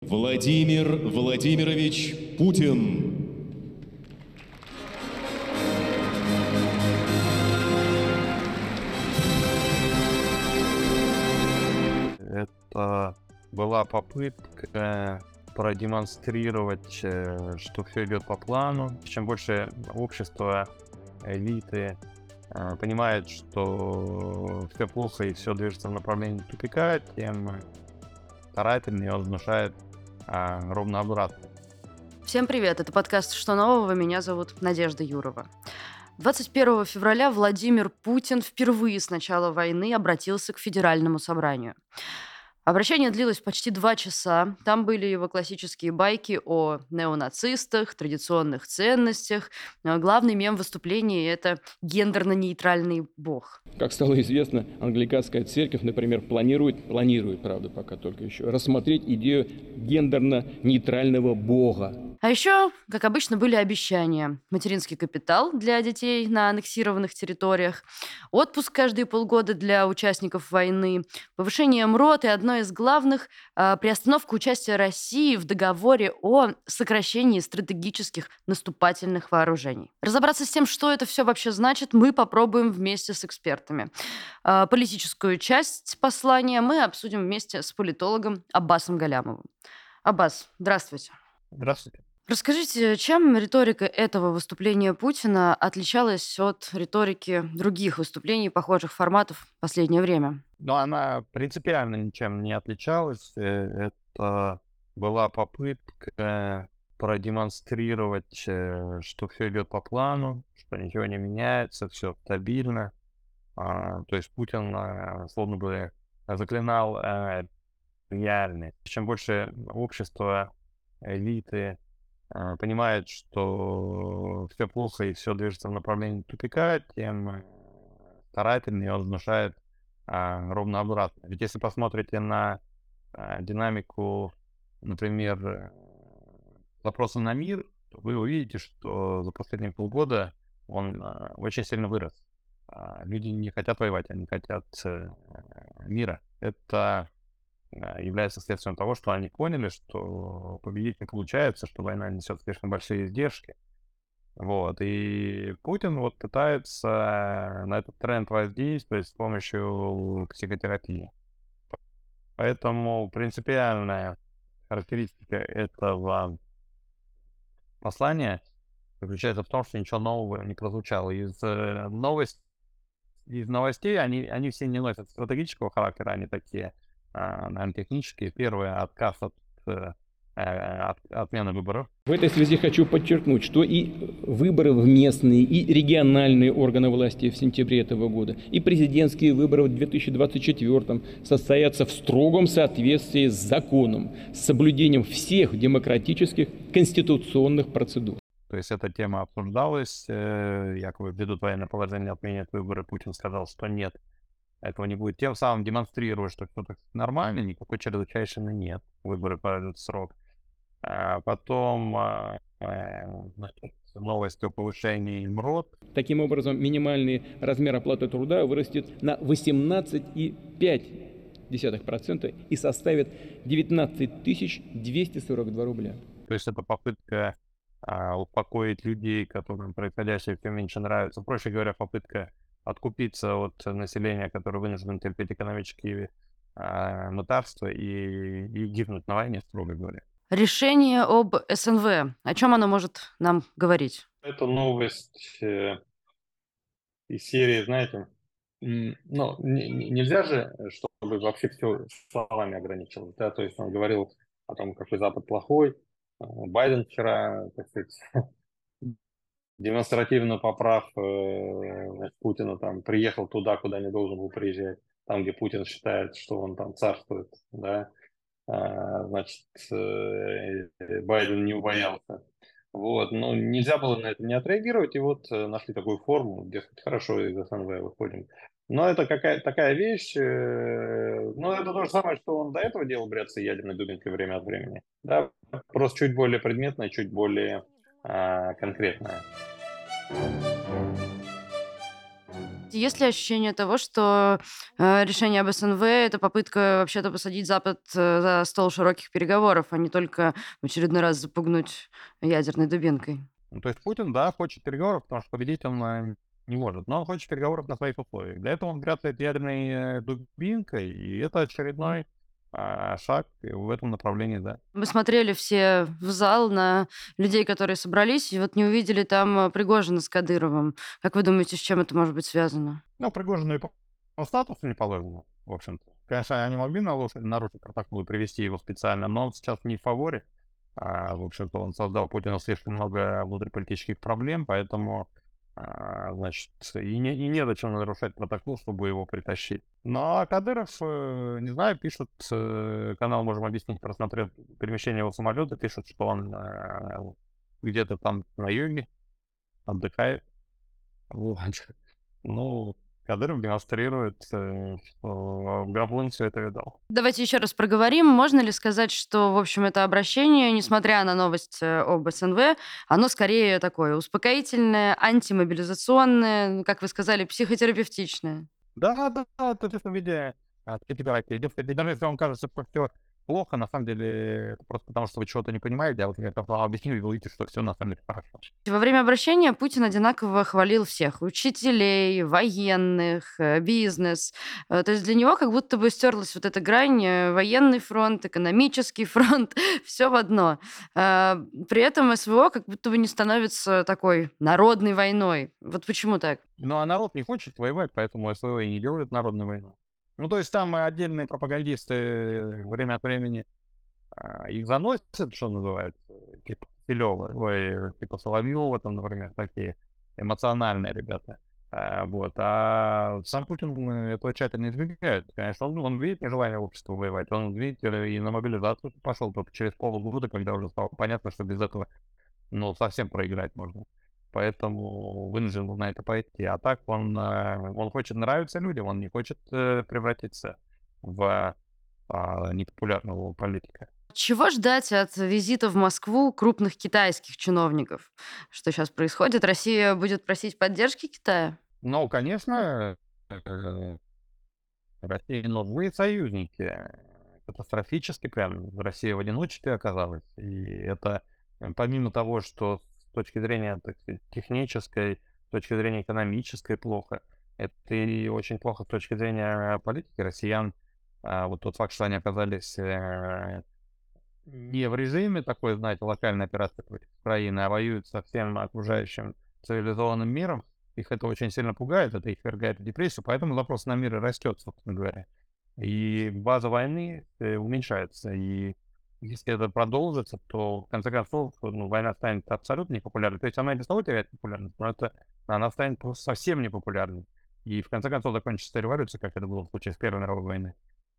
Владимир Владимирович Путин. Это была попытка продемонстрировать, что все идет по плану. Чем больше общество, элиты понимает, что все плохо и все движется в направлении тупика, тем старательнее он внушает ровно обратно. Всем привет, это подкаст «Что нового?», меня зовут Надежда Юрова. 21 февраля Владимир Путин впервые с начала войны обратился к Федеральному собранию. Обращение длилось почти 2 часа. Там были его классические байки о неонацистах, традиционных ценностях. Главный мем выступления – это гендерно-нейтральный бог. Как стало известно, англиканская церковь, например, планирует, правда, пока только еще, рассмотреть идею гендерно-нейтрального бога. А еще, как обычно, были обещания. Материнский капитал для детей на аннексированных территориях, отпуск каждые полгода для участников войны, повышение МРОТ и одно из главных – приостановка участия России в договоре о сокращении стратегических наступательных вооружений. Разобраться с тем, что это все вообще значит, мы попробуем вместе с экспертами. Политическую часть послания мы обсудим вместе с политологом Аббасом Галямовым. Аббас, здравствуйте. Здравствуйте. Расскажите, чем риторика этого выступления Путина отличалась от риторики других выступлений похожих форматов в последнее время? Но она принципиально ничем не отличалась. Это была попытка продемонстрировать, что все идет по плану, что ничего не меняется, все стабильно. То есть Путин словно бы заклинал реальность. Чем больше общество, элиты понимает, что все плохо и все движется в направлении тупика, тем старательнее он внушает ровно обратно. Ведь если посмотрите на динамику, например, запроса на мир, то вы увидите, что за последние полгода он очень сильно вырос. Люди не хотят воевать, они хотят мира. Это является следствием того, что они поняли, что победить не получается, что война несет слишком большие издержки. Вот. И Путин вот пытается на этот тренд воздействовать с помощью психотерапии. Поэтому принципиальная характеристика этого послания заключается в том, что ничего нового не прозвучало. Из новостей они все не носят стратегического характера, они такие, наверное, технические. Первое — отказ от отмены выборов. В этой связи хочу подчеркнуть, что и выборы в местные, и региональные органы власти в сентябре этого года, и президентские выборы в 2024 состоятся в строгом соответствии с законом, с соблюдением всех демократических конституционных процедур. То есть эта тема обсуждалась, якобы введут военное положение, отменят выборы. Путин сказал, что нет, этого не будет. Тем самым демонстрируя, что все так нормально, никакой чрезвычайщины нет. Выборы пройдут в срок. Потом новость о повышении МРОТ. Таким образом, минимальный размер оплаты труда вырастет на 18,5% и составит 19 242 рубля. То есть это попытка успокоить людей, которым происходящее все меньше нравится. Проще говоря, попытка откупиться от населения, которое вынуждено терпеть экономические мытарства и гибнуть на войне, строго говоря. Решение об СНВ. О чем оно может нам говорить? Это новость из серии, знаете, нельзя же, чтобы вообще все словами ограничивалось, да, то есть он говорил о том, какой Запад плохой. Байден вчера, так сказать, демонстративно поправ Путина, там, приехал туда, куда не должен был приезжать, там, где Путин считает, что он там царствует, да, значит, Байден не убоялся. Вот, но нельзя было на это не отреагировать, и вот нашли такую форму, дескать, хорошо, из СНВ выходим. Но это такая вещь, ну, это то же самое, что он до этого делал, бряться ядерной дубинкой время от времени, да, просто чуть более предметное, чуть более конкретное. Есть ли ощущение того, что решение об СНВ — это попытка вообще-то посадить Запад за стол широких переговоров, а не только в очередной раз запугнуть ядерной дубинкой? Ну, то есть Путин, да, хочет переговоров, потому что победить он не может, но он хочет переговоров на своих условиях. Для этого он бряцает ядерной дубинкой, и это очередной шаг в этом направлении, да. Мы смотрели все в зал на людей, которые собрались, и вот не увидели там Пригожина с Кадыровым. Как вы думаете, с чем это может быть связано? Ну, Пригожину и по статусу не положено, в общем-то. Конечно, они могли нарушить протокол и привести его специально, но он сейчас не в фаворе. В общем-то, он создал Путину слишком много внутриполитических проблем, поэтому, значит, и не зачем нарушать протокол, чтобы его притащить. Но Кадыров, не знаю, пишет, канал «Можем объяснить», просмотрел перемещение его самолета, пишет, что он где-то там на юге отдыхает. Вот. Ну, Кадыров демонстрирует, что Габун все это видал. Давайте еще раз проговорим. Можно ли сказать, что, в общем, это обращение, несмотря на новость об СНВ, оно скорее такое успокоительное, антимобилизационное, ну, как вы сказали, психотерапевтичное? Да, это в честном виде терапия. Даже если вам кажется, что все плохо, на самом деле, это просто потому, что вы чего-то не понимаете, а вот я как объяснил, и вы увидите, что все на самом деле хорошо. Во время обращения Путин одинаково хвалил всех: учителей, военных, бизнес. То есть для него как будто бы стерлась вот эта грань: военный фронт, экономический фронт, все в одно. При этом СВО как будто бы не становится такой народной войной. Вот почему так? Ну, а народ не хочет воевать, поэтому СВО и не делают народную войну. Ну, то есть там отдельные пропагандисты время от времени их заносят, что называется, типа Киселёва, типа Соловьева, там, например, такие эмоциональные ребята. Вот. А сам Путин этого тщательно избегает. Конечно, он видит нежелание общества воевать, он видит и на мобилизацию пошел только через полгода, когда уже стало понятно, что без этого, ну, совсем проиграть можно. Поэтому вынужден был на это пойти. А так он хочет нравиться людям, он не хочет превратиться в непопулярного политика. Чего ждать от визита в Москву крупных китайских чиновников? Что сейчас происходит? Россия будет просить поддержки Китая? Ну, конечно, России нужны союзники. Катастрофически прям Россия в одиночестве оказалась. И это помимо того, что с точки зрения, так сказать, технической, с точки зрения экономической плохо, это и очень плохо с точки зрения политики россиян. Вот тот факт, что они оказались не в режиме такой, знаете, локальной операции против Украины, а воюют со всем окружающим цивилизованным миром, их это очень сильно пугает, это их ввергает в депрессию, поэтому запрос на мир и растет, собственно говоря. И база войны уменьшается, и если это продолжится, то, в конце концов, ну, война станет абсолютно непопулярной. То есть она и без того теряет популярность, но она станет просто совсем непопулярной. И, в конце концов, закончится революция, как это было в случае с Первой мировой войны.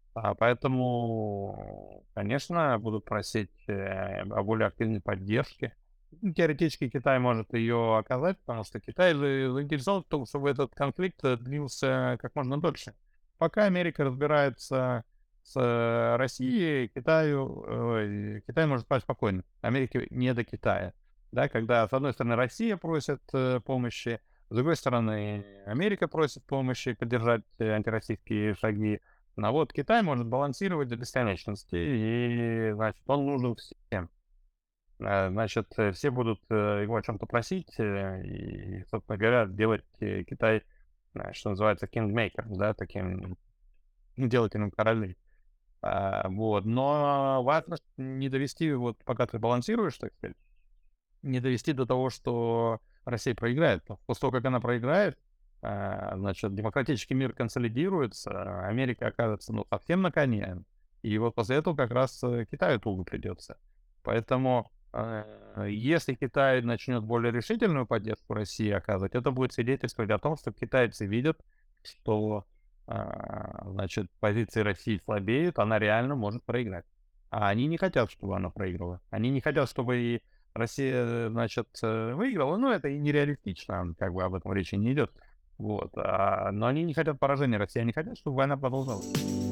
Поэтому, конечно, будут просить о более активной поддержке. Ну, теоретически Китай может ее оказать, потому что Китай заинтересован в том, чтобы этот конфликт длился как можно дольше. Пока Америка разбирается с Россией, Китай может спать спокойно. Америке не до Китая. Да, когда, с одной стороны, Россия просит помощи, с другой стороны, Америка просит помощи поддержать антироссийские шаги. А вот Китай может балансировать до бесконечности, и, значит, он нужен всем. Значит, все будут его о чем-то просить, и, собственно говоря, делать Китай, что называется, kingmaker, да, таким делателем королей. Вот. Но важно не довести, вот пока ты балансируешь, так сказать, не довести до того, что Россия проиграет. После того, как она проиграет, значит, демократический мир консолидируется, Америка окажется, ну, совсем на коне, и вот после этого как раз Китаю туго придется. Поэтому, если Китай начнет более решительную поддержку России оказывать, это будет свидетельствовать о том, что китайцы видят, что, значит, позиции России слабеют, она реально может проиграть. А они не хотят, чтобы она проиграла. Они не хотят, чтобы и Россия, значит, выиграла. Ну, это и нереалистично, как бы об этом речи не идет. Вот. Но они не хотят поражения России, они хотят, чтобы война продолжалась.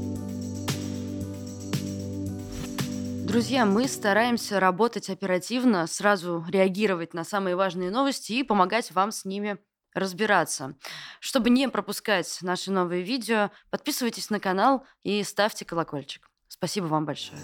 Друзья, мы стараемся работать оперативно, сразу реагировать на самые важные новости и помогать вам с ними разбираться. Чтобы не пропускать наши новые видео, подписывайтесь на канал и ставьте колокольчик. Спасибо вам большое.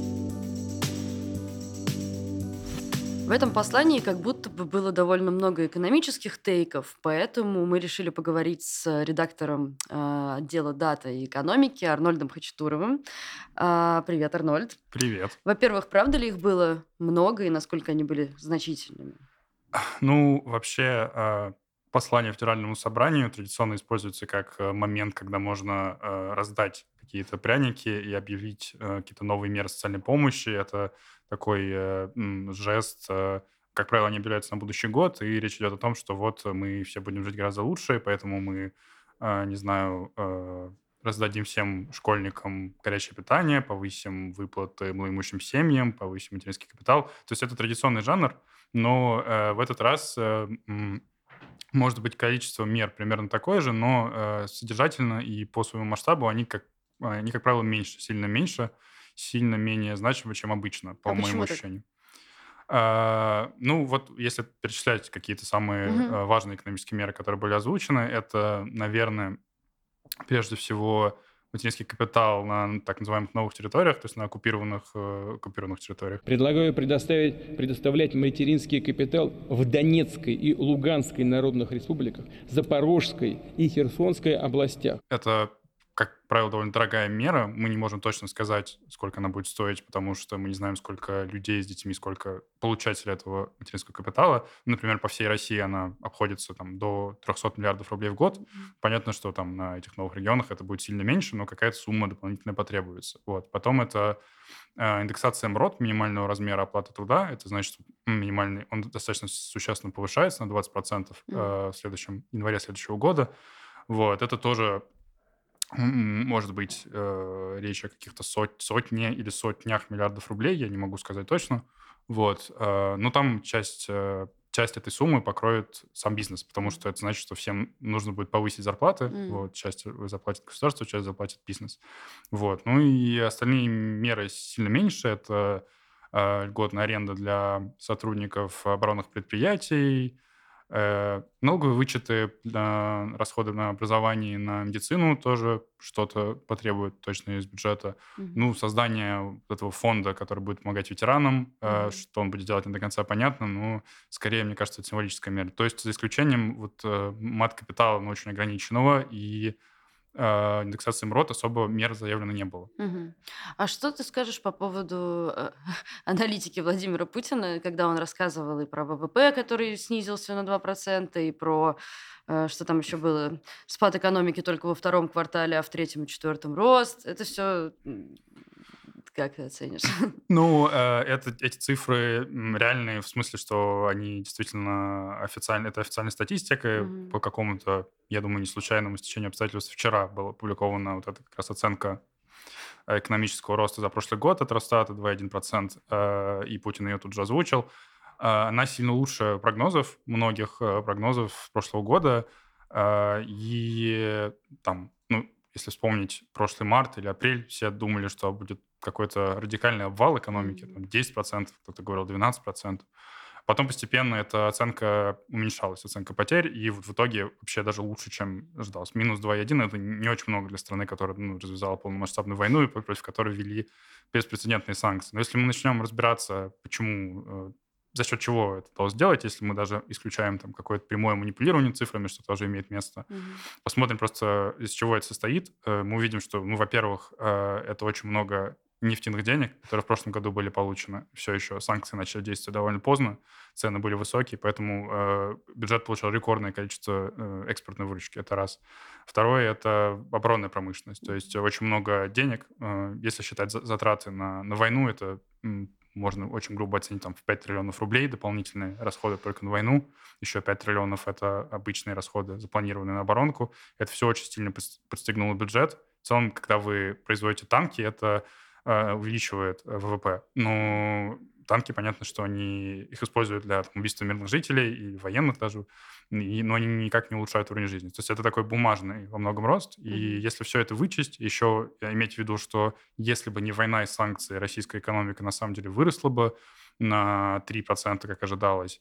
В этом послании как будто бы было довольно много экономических тейков, поэтому мы решили поговорить с редактором отдела дата и экономики Арнольдом Хачатуровым. Привет, Арнольд. Привет. Во-первых, правда ли их было много и насколько они были значительными? Ну, вообще, послание Федеральному собранию традиционно используется как момент, когда можно раздать какие-то пряники и объявить какие-то новые меры социальной помощи. Это такой жест, как правило, они объявляются на будущий год, и речь идет о том, что вот мы все будем жить гораздо лучше, поэтому мы, не знаю, раздадим всем школьникам горячее питание, повысим выплаты малоимущим семьям, повысим материнский капитал. То есть это традиционный жанр, но в этот раз может быть количество мер примерно такое же, но содержательно и по своему масштабу они, как правило, меньше, сильно менее значимы, чем обычно, по моему почему так? ощущению. Ну, вот если перечислять какие-то самые Мгм. важные экономические меры, которые были озвучены, это, наверное, прежде всего материнский капитал на так называемых новых территориях, то есть на оккупированных территориях. Предлагаю предоставлять материнский капитал в Донецкой и Луганской народных республиках, Запорожской и Херсонской областях. Это, как правило, довольно дорогая мера. Мы не можем точно сказать, сколько она будет стоить, потому что мы не знаем, сколько людей с детьми, сколько получателей этого материнского капитала. Например, по всей России она обходится там, до 300 миллиардов рублей в год. Понятно, что там на этих новых регионах это будет сильно меньше, но какая-то сумма дополнительная потребуется. Вот. Потом это индексация МРОТ, минимального размера оплаты труда. Это значит, что минимальный, он достаточно существенно повышается на 20% в январе следующего года. Вот. Это тоже может быть речь о каких-то сотне или сотнях миллиардов рублей, я не могу сказать точно. Вот. Но там часть этой суммы покроет сам бизнес, потому что это значит, что всем нужно будет повысить зарплаты. Вот. Часть заплатит государство, часть заплатит бизнес. Вот. Ну и остальные меры сильно меньше. Это льготная аренда для сотрудников оборонных предприятий, налоговые вычеты, расходы на образование и на медицину тоже что-то потребует точно из бюджета. Ну, создание вот этого фонда, который будет помогать ветеранам, что он будет делать, не до конца понятно, но скорее, мне кажется, это символическая мера. То есть за исключением вот мат-капитала, но очень ограниченного, и индексации МРОТ особо мер заявлено не было. А что ты скажешь по поводу аналитики Владимира Путина, когда он рассказывал и про ВВП, который снизился на 2%, и про, что там еще было, спад экономики только во втором квартале, а в третьем и четвертом рост. Это все как ты оценишь? Ну, эти цифры реальные в смысле, что они действительно официальные. Это официальная статистика. По какому-то, я думаю, не случайному стечению обстоятельств вчера была опубликована вот эта как раз оценка экономического роста за прошлый год от Росстата 2,1%, и Путин ее тут же озвучил. Она сильно лучше прогнозов, многих прогнозов прошлого года. И там, ну, если вспомнить прошлый март или апрель, все думали, что будет какой-то радикальный обвал экономики, там 10%, кто-то говорил 12%. Потом постепенно эта оценка уменьшалась, оценка потерь, и вот в итоге вообще даже лучше, чем ожидалось. Минус 2,1 — это не очень много для страны, которая развязала полномасштабную войну и против которой ввели беспрецедентные санкции. Но если мы начнем разбираться, почему, за счет чего это удалось сделать, если мы даже исключаем там какое-то прямое манипулирование цифрами, что тоже имеет место, посмотрим просто, из чего это состоит, мы увидим, что, ну, во-первых, это очень много нефтяных денег, которые в прошлом году были получены. Все еще санкции начали действовать довольно поздно, цены были высокие, поэтому бюджет получил рекордное количество экспортной выручки. Это раз. Второе — это оборонная промышленность. То есть очень много денег. Если считать затраты на войну, это можно очень грубо оценить там, в 5 триллионов рублей дополнительные расходы только на войну. Еще 5 триллионов — это обычные расходы, запланированные на оборонку. Это все очень сильно подстегнуло бюджет. В целом, когда вы производите танки, это увеличивает ВВП. Но танки, понятно, что их используют для убийства мирных жителей и военных даже, но они никак не улучшают уровень жизни. То есть это такой бумажный во многом рост. И если все это вычесть, еще иметь в виду, что если бы не война и санкции, российская экономика на самом деле выросла бы на 3%, как ожидалось.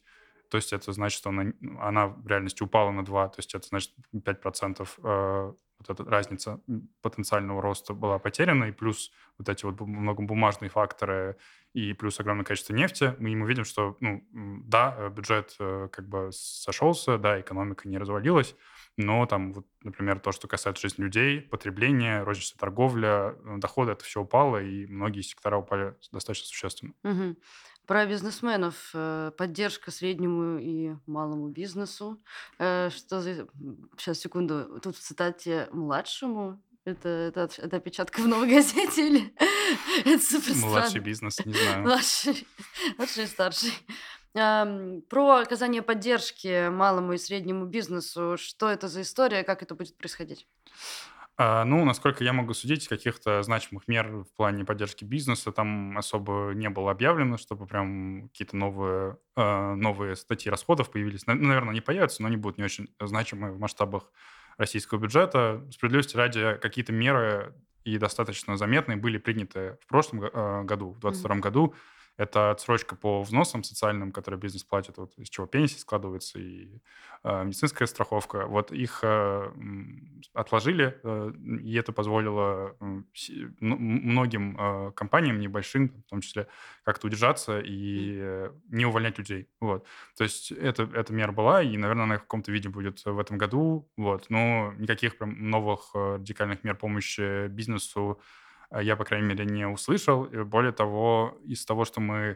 то есть это значит, что она в реальности упала на 2, то есть это значит 5% вот эта разница потенциального роста была потеряна, и плюс вот эти вот многобумажные факторы, и плюс огромное количество нефти, мы видим, что, да, бюджет как бы сошелся, да, экономика не развалилась, но там, вот, например, то, что касается жизни людей, потребления, розничная торговля, доходы, это все упало, и многие сектора упали достаточно существенно. Мгм. Про бизнесменов. Поддержка среднему и малому бизнесу. Что за... Сейчас, секунду. Тут в цитате младшему. Это опечатка в новой газете или... Это супер Младший странно. бизнес, не знаю. Младший, младший и старший. Про оказание поддержки малому и среднему бизнесу. Что это за история, как это будет происходить? Насколько я могу судить, каких-то значимых мер в плане поддержки бизнеса там особо не было объявлено, чтобы прям какие-то новые статьи расходов появились. Наверное, они появятся, но они будут не очень значимые в масштабах российского бюджета. Справедливости ради, какие-то меры и достаточно заметные были приняты в прошлом году, в 2022 году. Это отсрочка по взносам социальным, которые бизнес платит, вот из чего пенсии складывается и медицинская страховка. Вот их отложили, и это позволило многим компаниям, небольшим, в том числе, как-то удержаться и не увольнять людей. Вот. То есть эта мера была, и, наверное, она в каком-то виде будет в этом году. Вот. Но никаких прям новых радикальных мер помощи бизнесу я, по крайней мере, не услышал. И более того, из того, что мы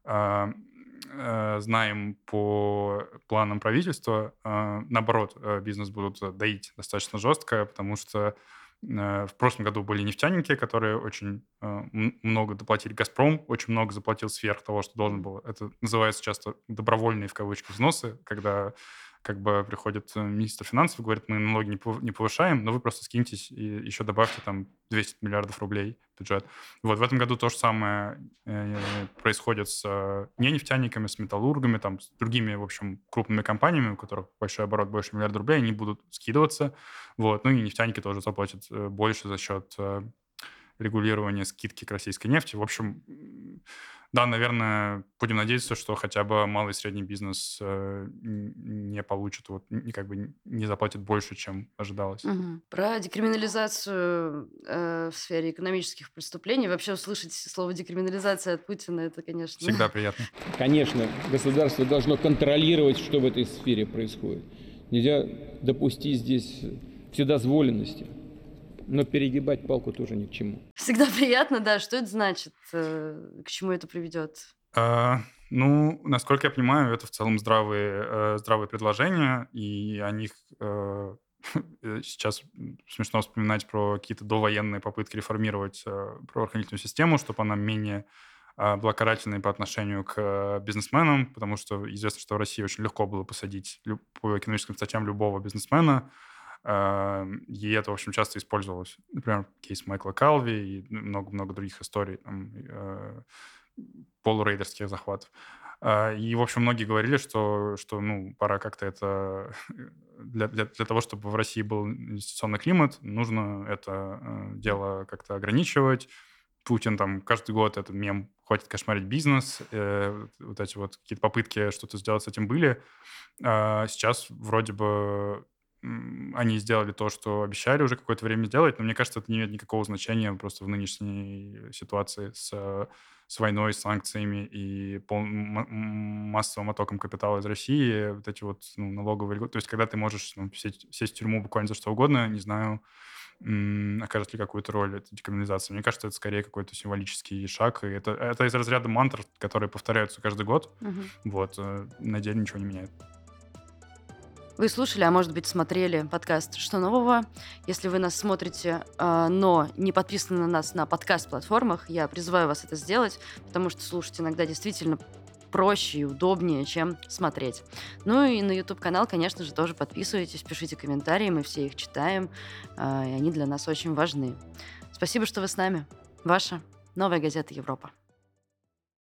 знаем по планам правительства, наоборот, бизнес будут доить достаточно жестко, потому что в прошлом году были нефтяники, которые очень много доплатили. «Газпром» очень много заплатил сверх того, что должен был. Это называется часто добровольные, в кавычках, взносы, когда как бы приходит министр финансов и говорит, мы налоги не повышаем, но вы просто скиньтесь и еще добавьте там 200 миллиардов рублей в бюджет. Вот в этом году то же самое происходит с нефтяниками, с металлургами, там, с другими, в общем, крупными компаниями, у которых большой оборот, больше миллиарда рублей, они будут скидываться. Вот. Ну и нефтяники тоже заплатят больше за счет регулирования скидки к российской нефти. В общем, да, наверное, будем надеяться, что хотя бы малый и средний бизнес не получит, как бы не заплатит больше, чем ожидалось. Про декриминализацию в сфере экономических преступлений. Вообще услышать слово декриминализация от Путина, это, конечно... Всегда приятно. Конечно, государство должно контролировать, что в этой сфере происходит. Нельзя допустить здесь вседозволенности. Но перегибать палку тоже ни к чему. Всегда приятно, да. Что это значит? К чему это приведет? Насколько я понимаю, это в целом здравые предложения, и о них сейчас смешно вспоминать про какие-то довоенные попытки реформировать правоохранительную систему, чтобы она менее была карательной по отношению к бизнесменам, потому что известно, что в России очень легко было посадить по экономическим статьям любого бизнесмена, и это, в общем, часто использовалось. Например, кейс Майкла Калви и много-много других историй, там, полурейдерских захватов. И, в общем, многие говорили, что пора как-то это... Для того, чтобы в России был инвестиционный климат, нужно это дело как-то ограничивать. Путин там каждый год этот мем «Хватит кошмарить бизнес», вот эти вот какие-то попытки что-то сделать с этим были. Сейчас вроде бы они сделали то, что обещали уже какое-то время сделать, но мне кажется, это не имеет никакого значения просто в нынешней ситуации с войной, с санкциями и массовым оттоком капитала из России, вот эти вот налоговые льготы. То есть когда ты можешь сесть в тюрьму буквально за что угодно, не знаю, окажет ли какую-то роль эта декриминализация. Мне кажется, это скорее какой-то символический шаг, и это из разряда мантр, которые повторяются каждый год. Вот, на деле ничего не меняет. Вы слушали, а может быть, смотрели подкаст «Что нового?». Если вы нас смотрите, но не подписаны на нас на подкаст-платформах, я призываю вас это сделать, потому что слушать иногда действительно проще и удобнее, чем смотреть. Ну и на YouTube-канал, конечно же, тоже подписывайтесь, пишите комментарии, мы все их читаем, и они для нас очень важны. Спасибо, что вы с нами. Ваша «Новая газета Европа».